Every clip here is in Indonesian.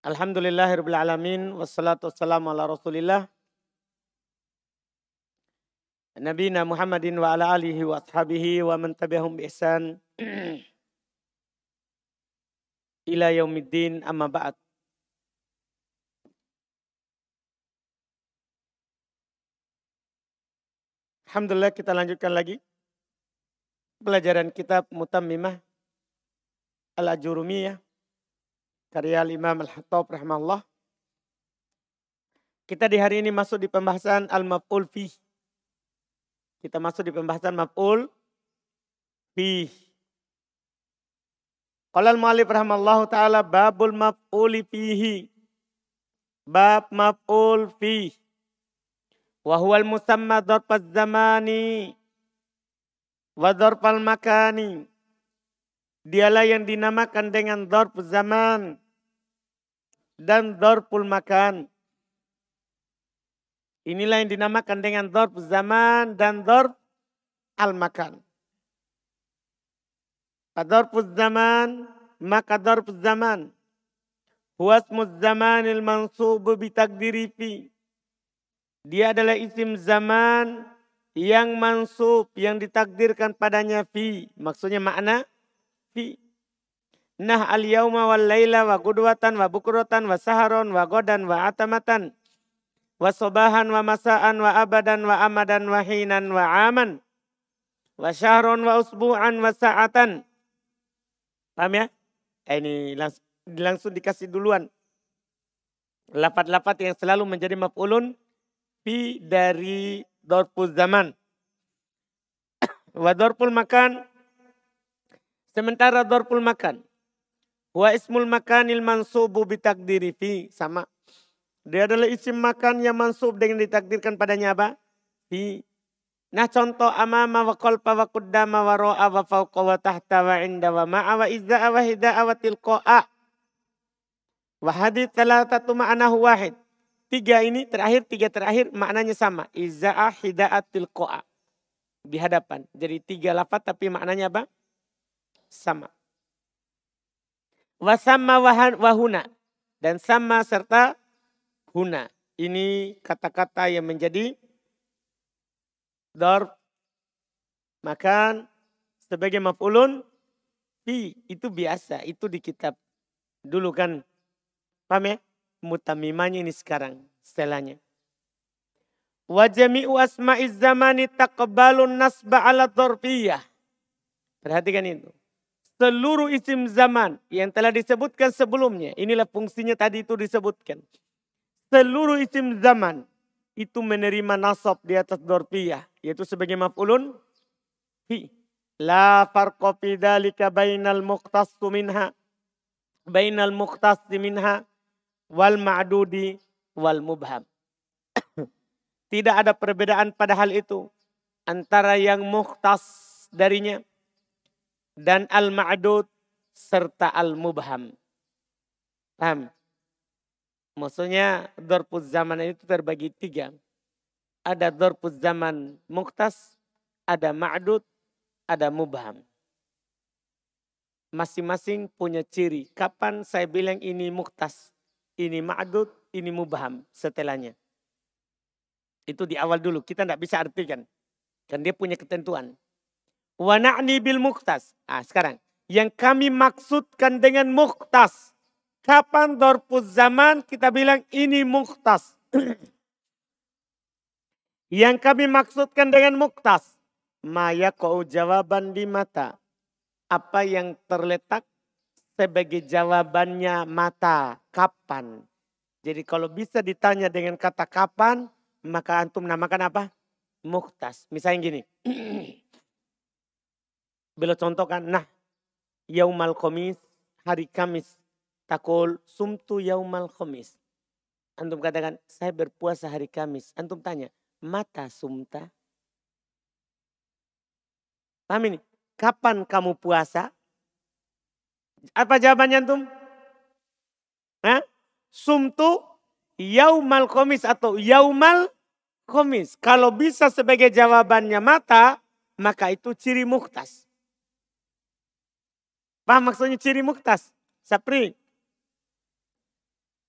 Alhamdulillahirabbil alamin wassalatu wassalamu ala Rasulillah nabiyina Muhammadin wa ala alihi wa ashabihi wa man tabi'ahum bi ihsan ila yaumiddin amma ba'd. Alhamdulillah, kita lanjutkan lagi pelajaran kitab Mutammimah Al-Ajurumiyah karya Imam Al-Hattab rahimahullah. Kita di hari ini masuk di pembahasan al-maf'ul fih. Kita masuk di pembahasan maf'ul fih. Qala al-mu'allif rahimallahu taala babul maf'uli fihi. Bab maf'ul fih. Wa huwal musamma dzarfaz zamani wa dzarfal makani. Dialah yang dinamakan dengan dzarf zaman dan dzarful makan. Inilah yang dinamakan dengan dzarf zaman dan dzarf al-makan. Dzarfuz zaman, maka dzarfuz zaman huwa ismuz zamanil mansubu bi taqdiri fi. Dia adalah isim zaman yang mansub, yang ditakdirkan padanya fi. Maksudnya makna fi. Nah al-yauma wal laila wa qudwatan wa bukratan wa saharon wa godan wa atamatan wa sobahan wa masaan wa abadan wa amadan wa hinan wa aman wa syahron wa usbu'an wa sa'atan. Paham ya? Ini langsung dikasih duluan. Lafaz-lafaz yang selalu menjadi maf'ulun fi dari dzarfuz zaman. Wa dzarful makan. Sementara dzarful makan. Wa ismul makanil mansubu bitakdiri fi. Sama. Dia adalah isim makan yang mansub dengan ditakdirkan padanya apa? Fi. Nah contoh amama wa qalpa wa quddama wa ro'a wa fauqa wa tahta wa inda wa ma'a wa izza'a wa hida'a wa tilqa'a. Wa hadith salatatu ma'anahu wahid. Tiga terakhir maknanya sama. Izza'a, hida'a, tilqa'a. Di hadapan. Jadi tiga lafaz tapi maknanya apa? Sama. Wa sama wa huna. Dan sama serta huna. Ini kata-kata yang menjadi dzarf makan sebagai maf'ulun fi. Itu biasa. Itu di kitab dulu kan. Paham ya? Mutammimahnya ini sekarang. Setelahnya. Wa jami'u asma'iz zamani taqbalun nasba ala dzarfiyah. Perhatikan itu. Seluruh isim zaman yang telah disebutkan sebelumnya. Inilah fungsinya tadi itu disebutkan. Seluruh isim zaman itu menerima nasab di atas dzarfiyah. Yaitu sebagai maf'ulun fi. La farqa fi dzalika bainal mukhtassi minha. Bainal mukhtassi minha. Wal ma'dudi wal mubham. Tidak ada perbedaan pada hal itu. Antara yang mukhtas darinya. Dan al-ma'dud serta al-mubham. Paham? Maksudnya dzarfuz zaman itu terbagi tiga. Ada dzarfuz zaman mukhtas, ada ma'dud, ada mubham. Masing-masing punya ciri. Kapan saya bilang ini mukhtas, ini ma'dud, ini mubham setelahnya. Itu di awal dulu, kita tidak bisa artikan. Kan dia punya ketentuan. Wa na'ni bil mukhtas. Sekarang. Yang kami maksudkan dengan mukhtas. Kapan dzarfuz zaman kita bilang ini mukhtas. Yang kami maksudkan dengan mukhtas. Ma yaqa'u jawaban di mata. Apa yang terletak sebagai jawabannya mata. Kapan. Jadi kalau bisa ditanya dengan kata kapan. Maka antum namakan apa? Mukhtas. Misalnya gini. Bila contohkan. Nah. Yaumal khomis. Hari Kamis. Takul sumtu yaumal khomis. Antum katakan saya berpuasa hari Kamis. Antum tanya. Mata sumta. Paham ini? Kapan kamu puasa? Apa jawabannya antum? Sumtu yaumal khomis atau yaumal khomis. Kalau bisa sebagai jawabannya mata, maka itu ciri mukhtas. Paham maksudnya ciri mukhtas? Sapri.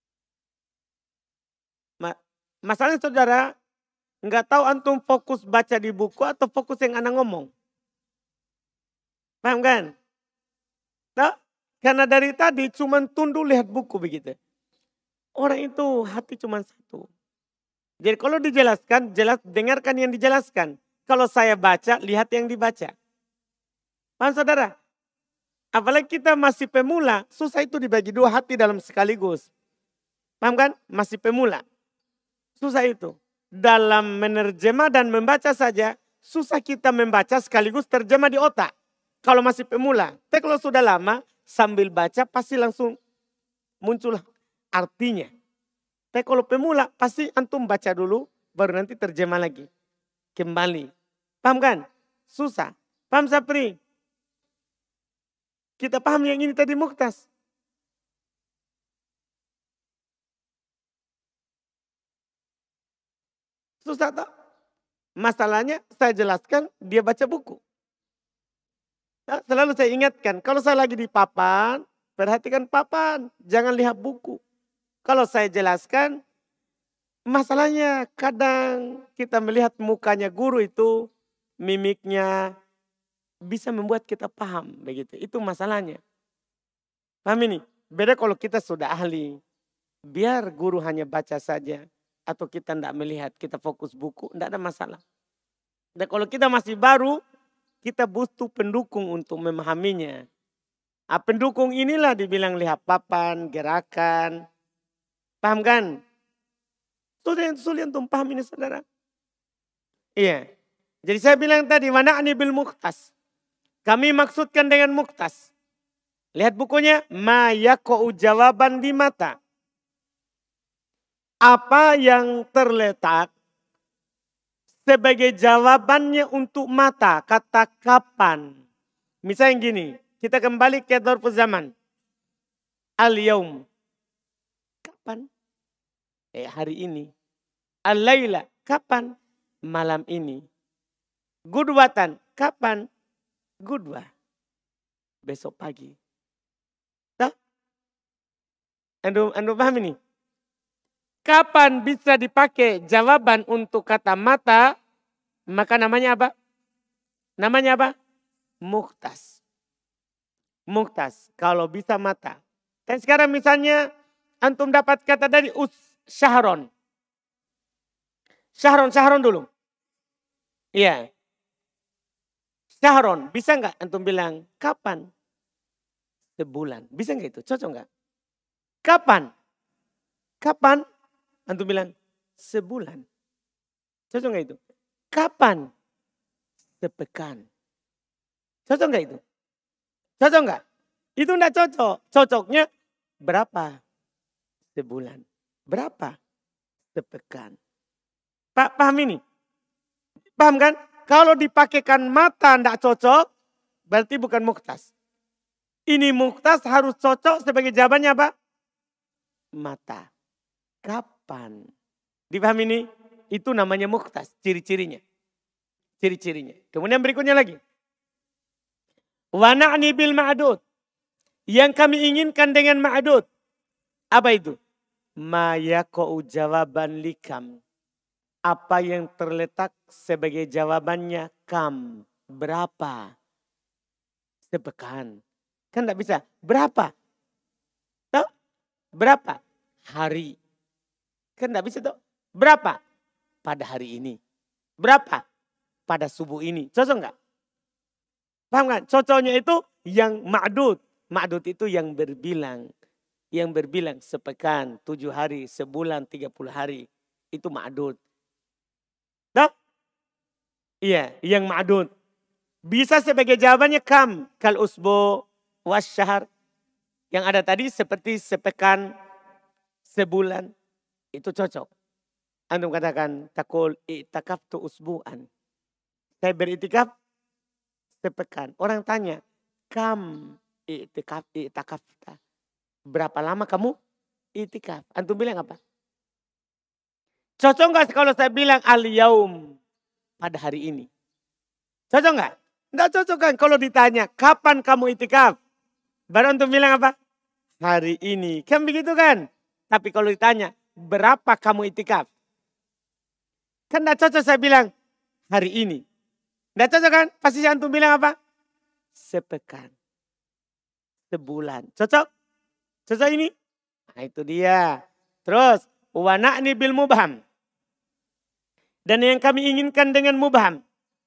Masalahnya saudara, nggak tahu antum fokus baca di buku atau fokus yang anak ngomong. Paham kan? Nah, karena dari tadi cuma tunduk lihat buku begitu. Orang itu hati cuma satu. Jadi kalau dijelaskan, jelas dengarkan yang dijelaskan. Kalau saya baca, lihat yang dibaca. Paham saudara? Apalagi kita masih pemula, susah itu dibagi dua hati dalam sekaligus. Paham kan? Masih pemula. Susah itu. Dalam menerjemah dan membaca saja, susah kita membaca sekaligus terjemah di otak. Kalau masih pemula. Tapi kalau sudah lama, sambil baca pasti langsung muncul artinya. Tapi kalau pemula, pasti antum baca dulu, baru nanti terjemah lagi. Kembali. Paham kan? Susah. Paham Sapri? Kita paham yang ini tadi Mukhtas. Susah tak? Masalahnya saya jelaskan, dia baca buku. Nah, selalu saya ingatkan, kalau saya lagi di papan, perhatikan papan, jangan lihat buku. Kalau saya jelaskan, masalahnya kadang kita melihat mukanya guru itu, mimiknya, bisa membuat kita paham begitu. Itu masalahnya. Paham ini? Beda kalau kita sudah ahli. Biar guru hanya baca saja. Atau kita tidak melihat, kita fokus buku, tidak ada masalah. Dan kalau kita masih baru, kita butuh pendukung untuk memahaminya. Nah, pendukung inilah dibilang lihat papan, gerakan. Paham kan? Sulit untuk paham ini saudara. Iya. Jadi saya bilang tadi, wana'ni bil mukhtas. Kami maksudkan dengan mukhtas. Lihat bukunya. Ma yako'u jawaban di mata. Apa yang terletak sebagai jawabannya untuk mata. Kata kapan. Misalnya gini. Kita kembali ke dzarful zaman. Al-yaum. Kapan? Hari ini. Al-laila. Kapan? Malam ini. Gudwatan. Kapan? Gudwa. Besok pagi. Tahu? Anda paham ini? Kapan bisa dipakai jawaban untuk kata mata? Maka namanya apa? Namanya apa? Mukhtas. Mukhtas. Kalau bisa mata. Dan sekarang misalnya antum dapat kata dari syahron. Syahron dulu. Iya. Syahron. Bisa enggak antum bilang kapan? Sebulan. Bisa enggak itu? Cocok enggak? Kapan? Kapan? Antum bilang sebulan. Cocok enggak itu? Kapan? Sepekan. Cocok enggak itu? Cocok enggak? Itu enggak cocok. Cocoknya berapa? Sebulan. Berapa? Sepekan. Pak, paham ini? Paham kan? Kalau dipakaikan mata enggak cocok, berarti bukan mukhtas. Ini mukhtas harus cocok sebagai jawabannya apa? Mata. Kapan? Dipahami ini? Itu namanya mukhtas. Ciri-cirinya. Ciri-cirinya. Kemudian berikutnya lagi. Wana'ni bil ma'adud. Yang kami inginkan dengan ma'adud. Apa itu? Ma yako'u jawaban likam. Apa yang terletak sebagai jawabannya kam. Berapa? Sepekan. Kan tidak bisa. Berapa? Tahu? Berapa? Hari. Kan tidak bisa tuh. Berapa? Pada hari ini. Berapa? Pada subuh ini. Cocok enggak? Paham kan? Cocoknya itu yang ma'dud. Ma'dud itu yang berbilang. Yang berbilang sepekan, 7 hari, sebulan, 30 hari. Itu ma'dud. Tahu? Iya, yang ma'dud. Bisa sebagai jawabannya kam. Kal usbu wasyahar. Yang ada tadi seperti sepekan, sebulan. Itu cocok. Antum katakan takul i'takaftu usbu'an. Saya beritikaf sepekan. Orang tanya, kam i'takafta. Berapa lama kamu i'tikaf? Antum bilang apa? Cocok enggak kalau saya bilang al-yaum pada hari ini? Cocok enggak? Enggak cocok kan kalau ditanya kapan kamu i'tikaf? Baru antum bilang apa? Hari ini. Kan begitu kan? Tapi kalau ditanya berapa kamu i'tikaf? Kan tidak cocok saya bilang hari ini. Tidak cocok kan? Pasti antum bilang apa? Sepekan. Sebulan. Cocok? Cocok ini? Nah itu dia. Terus. Wa na'ni bil mubham. Dan yang kami inginkan dengan mubham.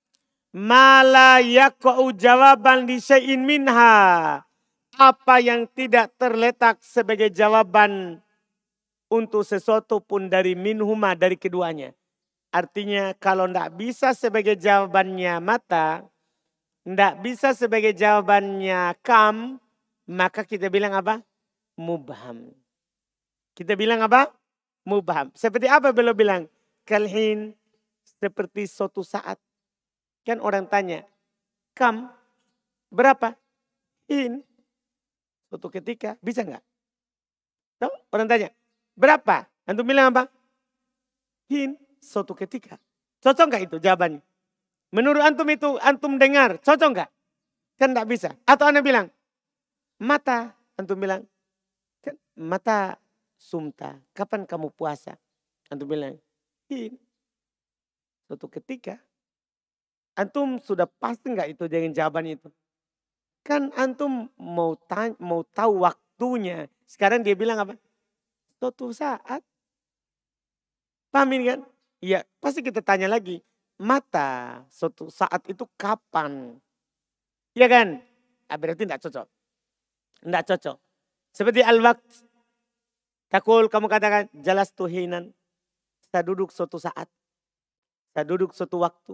Ma la yaqa'u jawaban li syai'in minha. Apa yang tidak terletak sebagai jawaban untuk sesuatu pun dari minhuma, dari keduanya. Artinya kalau tidak bisa sebagai jawabannya mata, tidak bisa sebagai jawabannya kam, maka kita bilang apa? Mubham. Kita bilang apa? Mubham. Seperti apa beliau bilang? Kalhin, seperti suatu saat. Kan orang tanya, kam, berapa? In, suatu ketika, bisa nggak? Tahu? Orang tanya, berapa? Antum bilang apa? In, suatu ketika. Cocok nggak itu jawabannya? Menurut antum itu, antum dengar, cocok nggak? Kan nggak bisa. Atau anda bilang, mata. Antum bilang, kan mata sumta. Kapan kamu puasa? Antum bilang, in, suatu ketika. Antum sudah pasti nggak itu dengan jawaban itu? Kan antum mau tahu waktunya. Sekarang dia bilang apa? Suatu saat. Paham ini kan? Iya, pasti kita tanya lagi. Mata, suatu saat itu kapan? Iya kan? Berarti tidak cocok. Tidak cocok. Seperti al-waqt. Takul kamu katakan, jelas tuhinan. Saya duduk suatu saat. Saya duduk suatu waktu.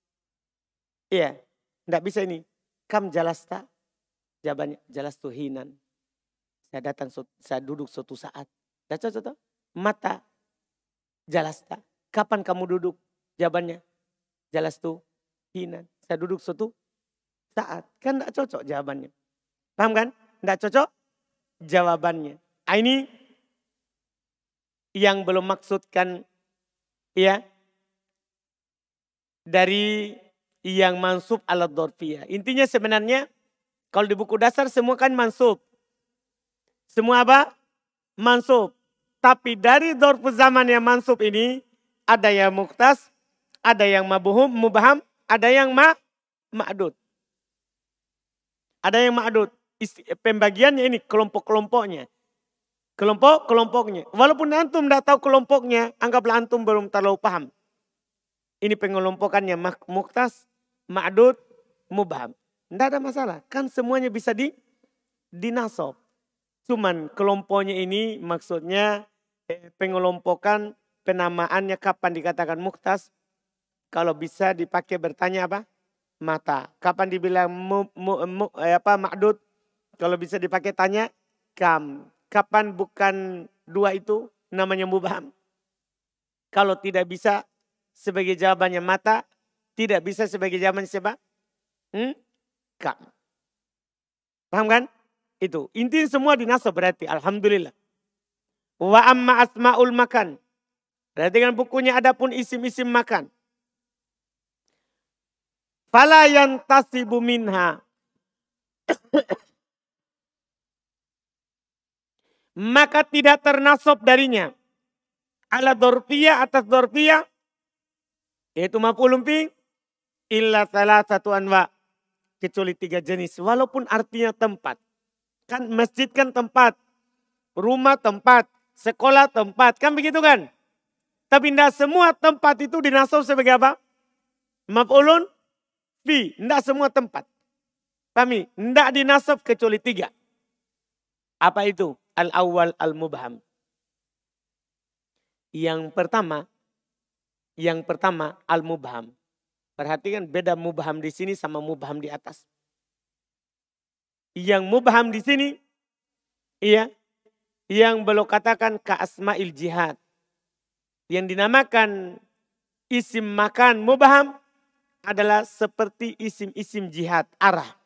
Iya, tidak bisa ini. Kam jalasta. Jawabannya, jelas tuhinan. Saya datang, saya duduk suatu saat. Tidak cocok toh? Mata. Jalasta. Kapan kamu duduk? Jawabannya, jelas tuhinan. Saya duduk suatu saat. Kan tidak cocok jawabannya. Paham kan? Tidak cocok jawabannya. Ini yang belum maksudkan ya dari yang mansub ala dzarfiyah. Intinya sebenarnya kalau di buku dasar semua kan mansub. Semua apa? Mansub. Tapi dari dzarfu zaman yang mansub ini ada yang muktas, ada yang mubham, ada yang ma'dud. Ada yang ma'dud. Pembagiannya ini kelompok-kelompoknya. Kelompok-kelompoknya. Walaupun antum tidak tahu kelompoknya, anggaplah antum belum terlalu paham. Ini pengelompokannya muktas, ma'dud, mubham. Tidak ada masalah. Kan semuanya bisa dinasob. Cuman kelompoknya ini maksudnya pengelompokan penamaannya kapan dikatakan muktas. Kalau bisa dipakai bertanya apa? Mata. Kapan dibilang ma'dud? Kalau bisa dipakai tanya kam. Kapan bukan dua itu namanya mubham. Kalau tidak bisa sebagai jawabannya mata, tidak bisa sebagai jawabannya siapa? Kam. Paham kan? Itu. Intinya semua dinasab berarti. Alhamdulillah. Wa amma asma'ul makan. Berarti kan bukunya ada pun isim-isim makan. Fala yantasibu minha. Maka tidak ternasab darinya. Ala dzarfiyah atas dzarfiyah. Yaitu maf'ulun fi. Illa salah satu anwa. Kecuali 3 jenis. Walaupun artinya tempat. Kan masjid kan tempat. Rumah tempat. Sekolah tempat. Kan begitu kan? Tapi tidak semua tempat itu dinasab sebagai apa? Maf'ulun fi. Tidak semua tempat. Pahami? Tidak dinasab kecuali 3. Apa itu? Al-awwal al-mubham. Yang pertama al-mubham. Perhatikan beda mubham di sini sama mubham di atas. Yang mubham di sini, iya, yang belum katakan ka asma'il jihad. Yang dinamakan isim makan mubham adalah seperti isim-isim jihad, arah.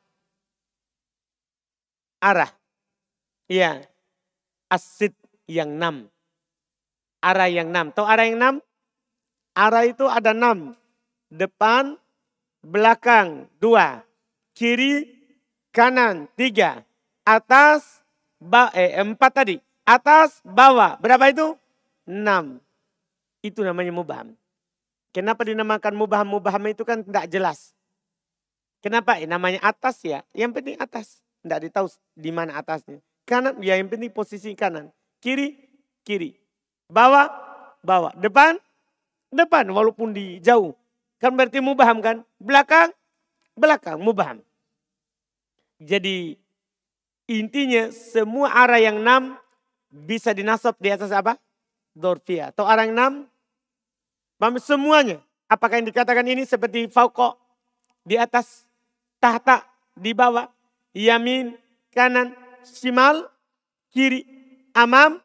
Arah, iya, asid yang 6. Arah yang 6. Tahu arah yang 6? Arah itu ada 6. Depan, belakang 2. Kiri, kanan 3. Atas, 4 tadi. Atas, bawah. Berapa itu? 6. Itu namanya mubham. Kenapa dinamakan mubham? Mubham itu kan tidak jelas. Kenapa? Namanya atas ya. Yang penting atas. Tidak ditahu di mana atasnya. Kanan, ya yang penting posisi kanan. Kiri, kiri. Bawah, bawah. Depan, depan. Walaupun di jauh. Kan berarti mubham kan? Belakang, belakang. Mubham. Jadi intinya semua arah yang 6 bisa dinasab di atas apa? Dorfiyah. Atau arah yang 6. Semuanya. Apakah yang dikatakan ini seperti fauqa di atas, tahta di bawah, yamin, kanan, shimal, kiri, amam,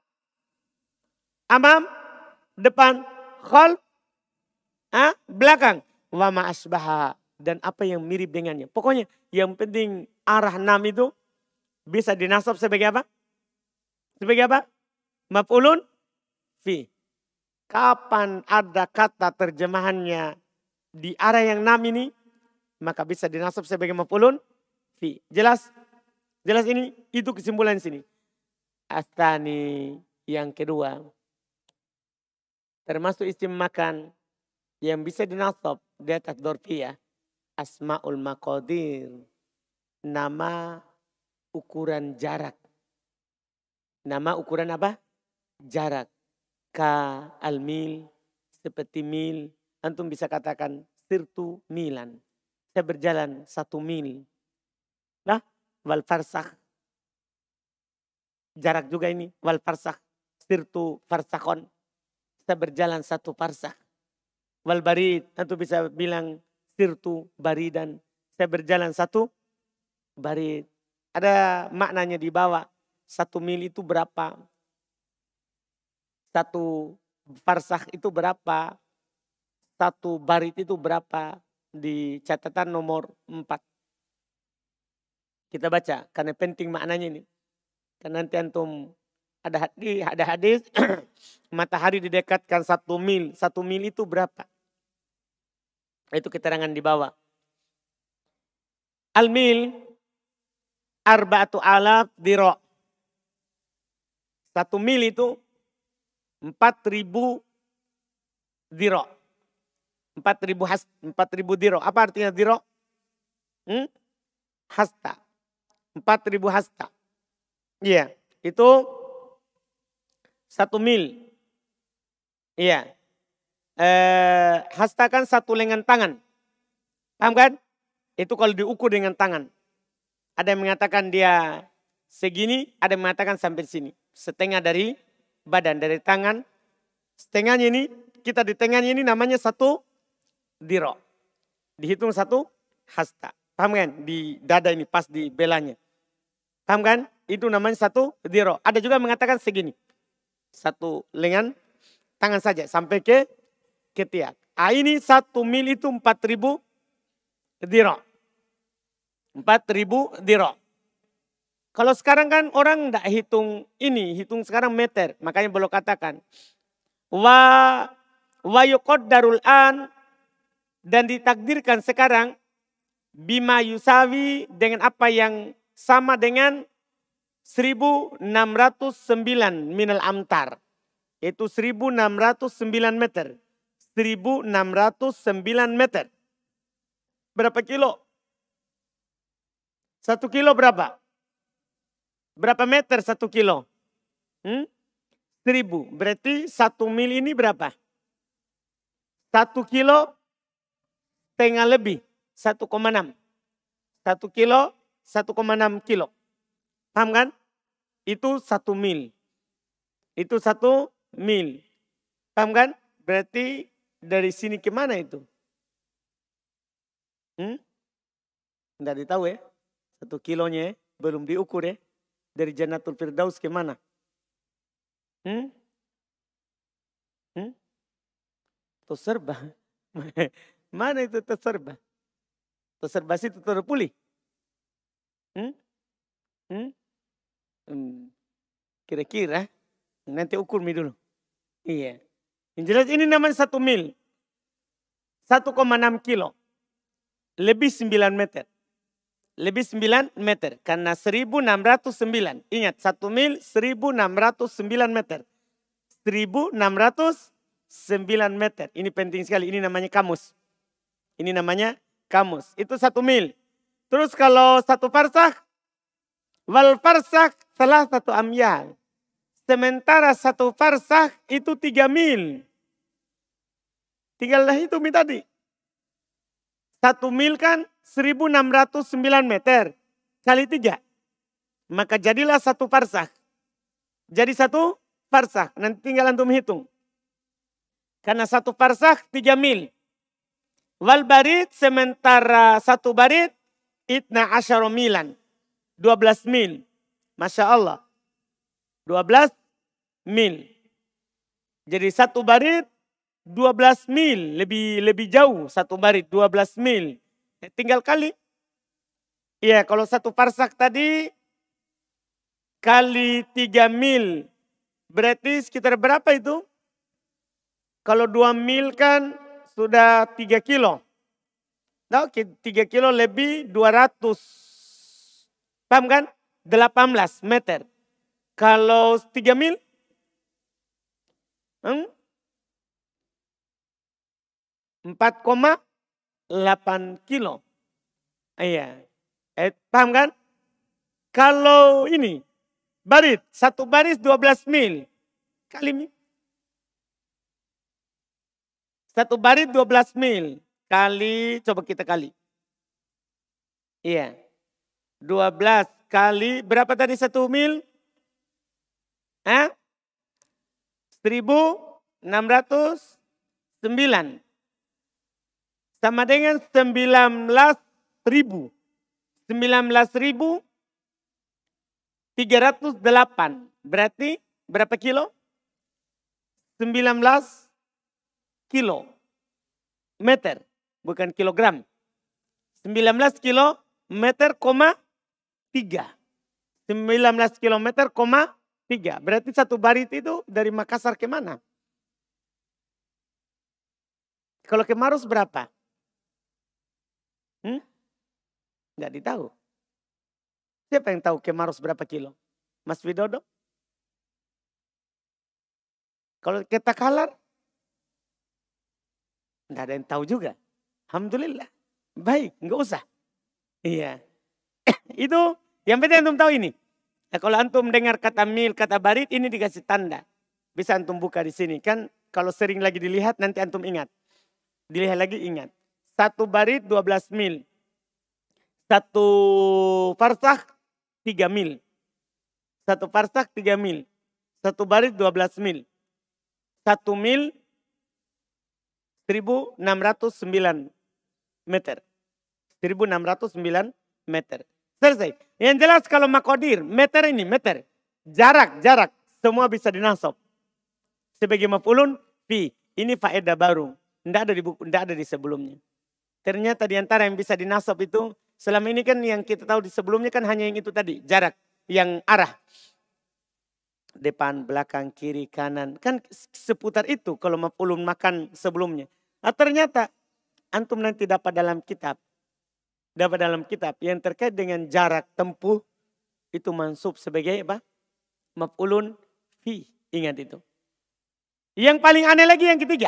depan, khalf, belakang, wa ma asbaha, dan apa yang mirip dengannya. Pokoknya yang penting arah 6 itu bisa dinasab sebagai apa? Sebagai apa? Maf'ulun fi. Kapan ada kata terjemahannya di arah yang 6 ini, maka bisa dinasab sebagai maf'ulun fi. Jelas? Jelas ini? Itu kesimpulan sini. Astani yang kedua. Termasuk isim makan yang bisa dinasab di atas dorfiyah. Asma'ul maqadir. Nama ukuran jarak. Nama ukuran apa? Jarak. Ka al-mil, seperti mil. Antum bisa katakan sirtu milan. Saya berjalan 1 mil. Nah, wal farsakh. Jarak juga ini. Wal farsakh. Sirtu farsakhon. Saya berjalan 1 farsakh. Wal barid. Antum bisa bilang sirtu baridan. Saya berjalan 1 barid. Ada maknanya di bawah. 1 mil itu berapa? 1 farsakh itu berapa? 1 barid itu berapa? Di catatan nomor 4. Kita baca karena penting maknanya ini. Karena nanti antum ada hadis matahari didekatkan 1 mil. 1 mil itu berapa? Itu keterangan di bawah. Al-mil arba'atu alaf diro. 1 mil itu 4.000 diro. 4.000 diro. Apa artinya diro? Hasta. 4.000 hasta. Iya, itu 1 mil. Iya. Hasta kan 1 lengan tangan. Paham kan? Itu kalau diukur dengan tangan. Ada yang mengatakan dia segini, ada yang mengatakan sampai sini. Setengah dari badan, dari tangan. Setengahnya ini, kita di tengahnya ini namanya 1 diro. Dihitung 1 hasta. Paham kan? Di dada ini pas di belanya. Paham kan? Itu namanya 1 diro. Ada juga mengatakan segini. 1 lengan tangan saja sampai ke ketiak. Ini 1 mil itu 4.000 diro. 4.000 diro. Kalau sekarang kan orang tidak hitung ini, hitung sekarang meter. Makanya belum katakan. Wa yuqaddarul an, dan ditakdirkan sekarang bima yusawi, dengan apa yang sama dengan 1609 minal amtar. Itu 1609 meter. 1609 meter. Berapa kilo? 1 kilo berapa? Berapa meter 1 kilo? 1000. Berarti 1 mil ini berapa? 1 kilo setengah lebih. 1,6. 1 kilo, 1,6 kilo. Paham kan? Itu 1 mil. Itu 1 mil. Paham kan? Berarti dari sini ke mana itu? Tidak ditahu ya. 1 kilonya belum diukur ya. Dari Jannatul Firdaus ke mana? Toserba. Mana itu toserba? Toserba itu terpulih. Kira-kira nanti ukur dulu. Iya. Yang jelas ini namanya 1 mil. 1,6 kilo. Lebih 9 meter. Lebih 9 meter. Karena 1609. Ingat 1 mil 1609 meter. 1609 meter. Ini penting sekali, ini namanya kamus. Ini namanya kamus, itu 1 mil. Terus kalau 1 farsakh, wal farsakh salah 1 amyal. Sementara 1 farsakh itu 3 mil. Tinggallah itu tadi. 1 mil kan 1609 meter. Kali 3. Maka jadilah 1 farsakh. Jadi 1 farsakh. Nanti tinggal antum hitung. Karena 1 farsakh 3 mil. Wal barid sementara 1 barid itna asyara milan. 12 mil. Masya Allah. 12 mil. Jadi 1 barid 12 mil. Lebih jauh 1 barid 12 mil. Tinggal kali. Iya, kalau 1 farsakh tadi kali 3 mil. Berarti sekitar berapa itu? Kalau 2 mil kan sudah 3 kilo. Nah, 3 kilo lebih 200. Paham kan? 18 meter. Kalau 3 mil? 4,8 kilo. Iya. Paham kan? Kalau ini, barit, 1 baris 12 mil. Kali mil. 1 barit 12 mil. Kali, coba kita kali. Iya. 12 kali, berapa tadi 1 mil? 1.609. Sama dengan 19.000. 19.308. Berarti berapa kilo? 19 kilo. Meter. Bukan kilogram. 19 kilometer, 3. 19 kilometer, 3. Berarti 1 barit itu dari Makassar ke mana? Kalau ke Maros berapa? Nggak ditahu. Siapa yang tahu ke Maros berapa kilo? Mas Widodo? Kalau ke Takalar? Nggak ada yang tahu juga. Alhamdulillah. Baik, nggak usah. Iya. Itu yang penting antum tahu ini. Nah, kalau antum dengar kata mil, kata barit, ini dikasih tanda. Bisa antum buka di sini. Kan kalau sering lagi dilihat nanti antum ingat. Dilihat lagi ingat. 1 barit 12 mil. 1 farsakh 3 mil. 1 farsakh 3 mil. 1 barit 12 mil. 1 mil 1609 meter. 1609 meter. Selesai. Yang jelas kalau makodir, meter ini, meter. Jarak. Semua bisa dinasab. Sebagai maf'ulun fi. Ini faedah baru. Tidak ada di buku, tidak ada di sebelumnya. Ternyata di antara yang bisa dinasab itu, selama ini kan yang kita tahu di sebelumnya kan hanya yang itu tadi. Jarak, yang arah. Depan, belakang, kiri, kanan. Kan seputar itu kalau maf'ulun makan sebelumnya. Nah, ternyata antum nanti dapat dalam kitab. Dapat dalam kitab yang terkait dengan jarak tempuh itu mansub sebagai apa? Maf'ulun fi. Ingat itu. Yang paling aneh lagi yang ketiga.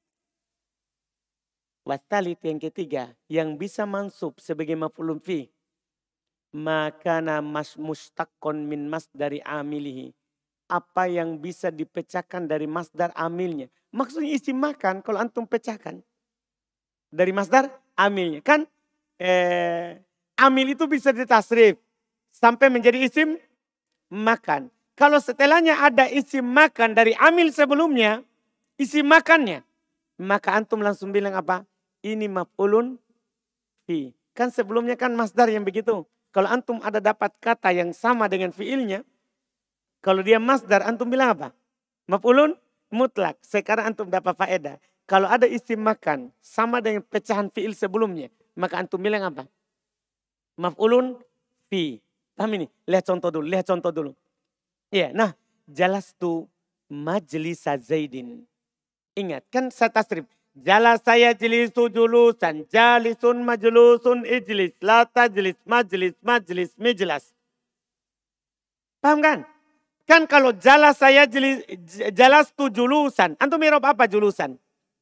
Wastalit yang ketiga yang bisa mansub sebagai maf'ulun fi. Makana mustaqqon min masdari amilihi. Apa yang bisa dipecahkan dari masdar amilnya. Maksudnya isim makan kalau antum pecahkan. Dari masdar amilnya. Kan amil itu bisa ditasrif. Sampai menjadi isim makan. Kalau setelahnya ada isim makan dari amil sebelumnya. Isim makannya. Maka antum langsung bilang apa? Ini maf'ulun fi. Kan sebelumnya kan masdar yang begitu. Kalau antum ada dapat kata yang sama dengan fiilnya. Kalau dia masdar antum bilang apa? Maf'ulun mutlak. Sekarang antum dapat faedah. Kalau ada isim makan sama dengan pecahan fiil sebelumnya. Maka antum bilang apa? Maf'ulun fi. Paham ini? Lihat contoh dulu. Iya, nah jelas tuh majlisa Zaidin. Ingat kan saya tasrif. Jala saya jelisu julusan, jalisun majlusun ijlis, la tajlis, majlis, mijlas. Paham kan? Kan kalau jalas tu julusan. Antum irob apa julusan?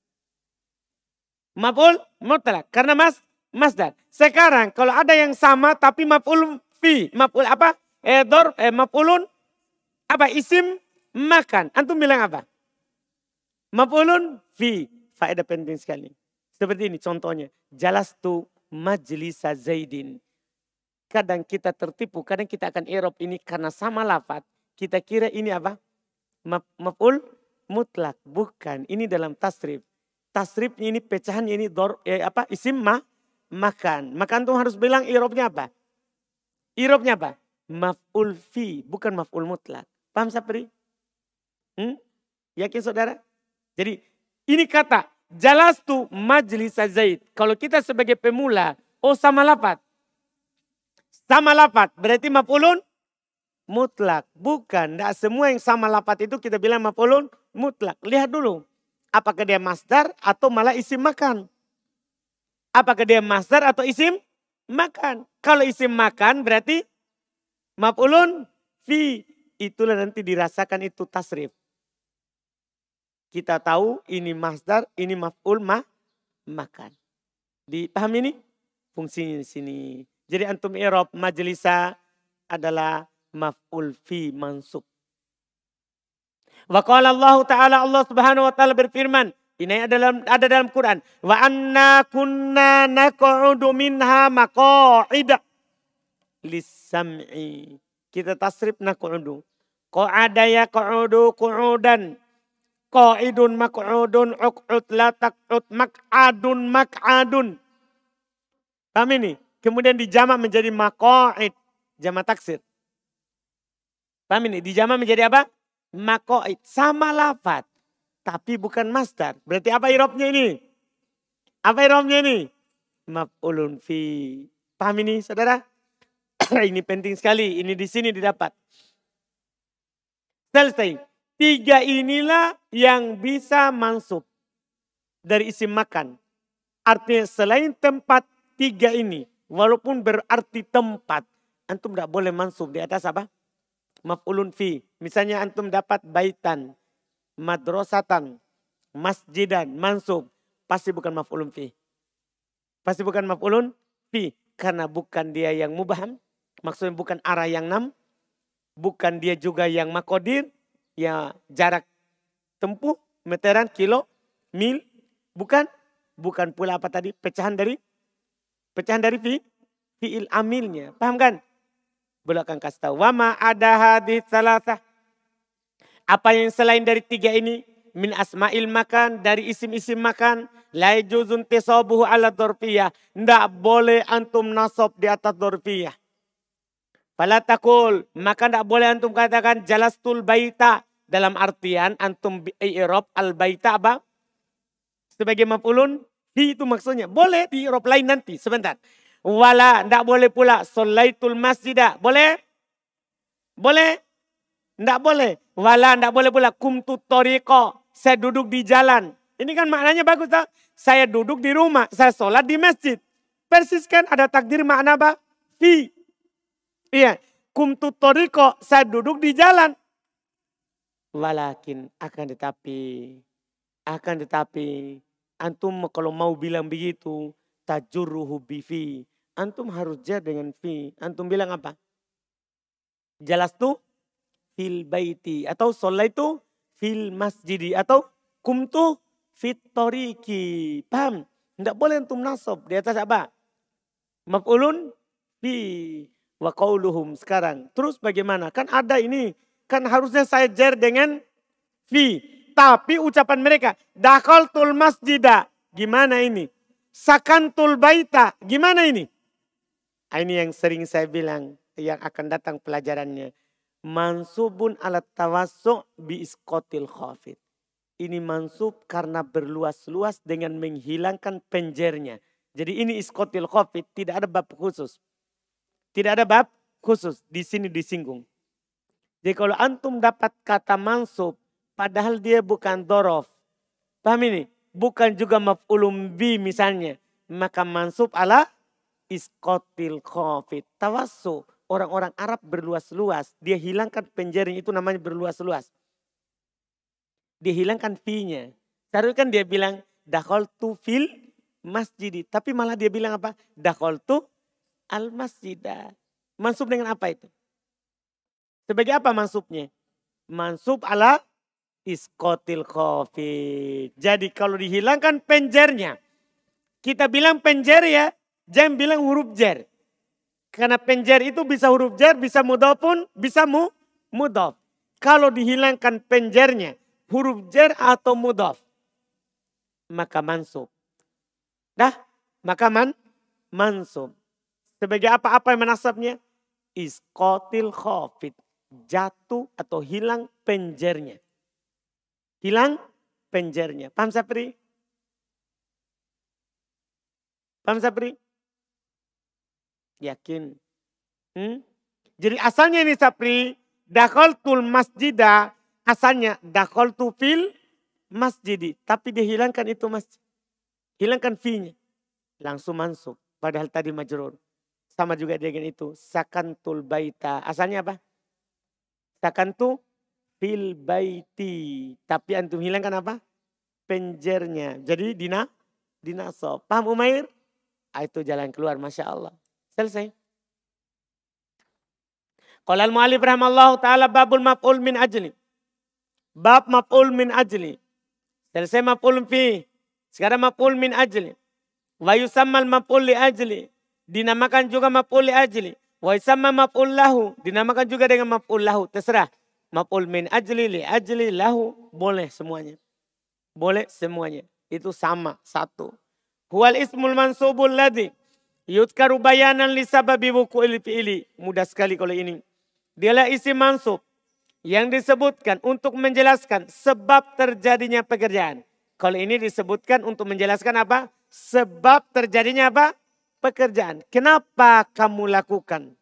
Maf'ul mutlak. Karena masdar. Sekarang kalau ada yang sama tapi maf'ul fi. Maf'ul apa? Maf'ulun apa? Isim makan. Antum bilang apa? Maf'ulun fi. Faedah penting sekali. Seperti ini contohnya. Jalas tu majlisa Zaidin. Kadang kita tertipu. Kadang kita akan irob ini karena sama lafaz. Kita kira ini apa? Maf'ul mutlak. Bukan. Ini dalam tasrif. Tasrif ini pecahan ini isim makan. Maka antum harus bilang irobnya apa? Irobnya apa? Maf'ul fi. Bukan maf'ul mutlak. Paham Sapri? Yakin saudara? Jadi ini kata. Jalastu majlisa Zaid. Kalau kita sebagai pemula. Oh sama lafaz. Sama lafaz. Berarti maf'ulun mutlak. Bukan. Tidak semua yang sama lafaz itu kita bilang maf'ulun mutlak. Lihat dulu. Apakah dia masdar atau malah isim makan? Apakah dia masdar atau isim makan? Kalau isim makan berarti maf'ulun fi. Itulah nanti dirasakan itu tasrif. Kita tahu ini masdar, ini maf'ul makan. Dipahami ini? Fungsinya di sini. Jadi antum i'rab majlisa adalah maf'ul fi mansub. Wa qala Allah Ta'ala, Allah Subhanahu wa taala berfirman, ini ada dalam Quran, wa anna kunna naq'udu minha maq'ida lis-sam'i. Kita tasrif naq'udu. Qa'ada yaq'udu qu'udan. Qa'idun maq'udun uq'ud la taq'ud maq'adun maq'adun. Paham ini? Kemudian dijamak menjadi maq'id, jamak taksir. Paham ini? Dijamak menjadi apa? Maq'id, sama lafaz tapi bukan masdar. Berarti apa irobnya ini? Apa irobnya ini? Maf'ulun fi. Paham ini saudara? Ini penting sekali. Ini di sini didapat. Selesai. 3 inilah yang bisa mansub dari isim makan. Artinya selain tempat 3 ini. Walaupun berarti tempat. Antum tidak boleh mansub di atas apa? Maf'ulun fi. Misalnya antum dapat baitan, madrasatan, masjidan, mansub. Pasti bukan maf'ulun fi. Pasti bukan maf'ulun fi. Karena bukan dia yang mubham. Maksudnya bukan arah yang nam. Bukan dia juga yang makodir. Ya jarak tempuh, meteran, kilo, mil. Bukan. Bukan pula apa tadi? Pecahan dari fi. Fi'il amilnya. Paham kan? Belakang kasih tahu. Wama ada hadis salasah. Apa yang selain dari 3 ini. Min asma'il makan. Dari isim-isim makan. La yajuzun tisabuhu ala dorfiyah. Tidak boleh antum nasab di atas dorfiyah. Fala takul. Maka tidak boleh antum katakan jalastul baita. Dalam artian antum i'rab al baita apa? Sebagai maf'ulun. Itu maksudnya. Boleh di i'rab lain nanti. Sebentar. Wala, tidak boleh pula. Sholaitul masjidah. Boleh? Boleh? Tidak boleh. Wala, tidak boleh pula. Kumtu tariqo. Saya duduk di jalan. Ini kan maknanya bagus tak? Saya duduk di rumah. Saya sholat di masjid. Persis kan ada takdir makna apa? Fi. Iya. Kumtu tariqo. Saya duduk di jalan. Walakin akan tetapi. Antum kalau mau bilang begitu. Tajurruhu bifi. Antum harus jar dengan fi. Antum bilang apa? Jalastu fil baiti. Atau sholaitu fil masjidi. Atau kumtu fit tariqi. Paham? Tidak boleh antum nasab. Di atas apa? Maf'ulun fi. Wa qauluhum sekarang. Terus bagaimana? Kan ada ini. Kan harusnya saya jar dengan fi. Tapi ucapan mereka. Dakhaltul masjidah. Gimana ini? Sakantul baita. Gimana ini? Ini yang sering saya bilang. Yang akan datang pelajarannya. Mansubun alat tawassu' bi iskotil khafid. Ini mansub karena berluas-luas dengan menghilangkan penjernya. Jadi ini iskotil khafid. Tidak ada bab khusus. Tidak ada bab khusus. Di sini disinggung. Jadi kalau antum dapat kata mansub. Padahal dia bukan dorof. Paham ini? Bukan juga maf'ulun bi misalnya. Maka mansub ala iskotil khafid. Tawassu. orang-orang Arab berluas-luas. Dia hilangkan penjernya, itu namanya berluas-luas. Dia hilangkan fi-nya. Seharusnya kan dia bilang dakhaltu fil masjid. Tapi malah dia bilang apa? Dakhaltu al masjidah. Mansub dengan apa itu? Sebagai apa mansubnya? Mansub ala iskotil khafid. Jadi kalau dihilangkan penjernya, kita bilang penjer ya, jangan bilang huruf jer. Karena penjer itu bisa huruf jer, bisa mudhof pun, bisa mudhof. Kalau dihilangkan penjernya, huruf jer atau mudhof, maka mansub. Dah, maka mansub. Sebagai apa-apa yang menasabnya? Iskotil khafid. Jatuh atau hilang penjernya. Hilang penjernya. Paham Sapri? Paham Sapri? Yakin? Jadi asalnya ini Sapri, dakhaltul masjidah, asalnya dakhaltu fil masjidi. Tapi dihilangkan itu masjid. Hilangkan fi-nya. Langsung mansub. Padahal tadi majrur. Sama juga dengan itu. Sakantul baita. Asalnya apa? Sakantu fil baiti. Tapi antum hilangkan apa? Penjernya. Jadi dinasob. Paham Umair? Itu jalan keluar. Masya Allah. Selesai. Qala al-mu'allif rahimallahu ta'ala babul maf'ul min ajli. Bab maf'ul min ajli. Selesai maf'ul fi. Sekarang maf'ul min ajli. Wa yusammal maf'ul li ajli. Dinamakan juga maf'ul li ajli. Wa yusamma maf'ul lahu. Dinamakan juga dengan maf'ul lahu. Terserah. Maf'ul min ajli, li ajli, lahu. Boleh semuanya. Boleh semuanya. Itu sama. Satu. Huwal ismul mansubul ladhi. Yudkaru bayanan li sababi wuku'il fi'ili. Mudah sekali kalau ini. Dialah isim mansub. Yang disebutkan untuk menjelaskan sebab terjadinya pekerjaan. Kalau ini disebutkan untuk menjelaskan apa? Sebab terjadinya apa? Pekerjaan. Kenapa kamu lakukan?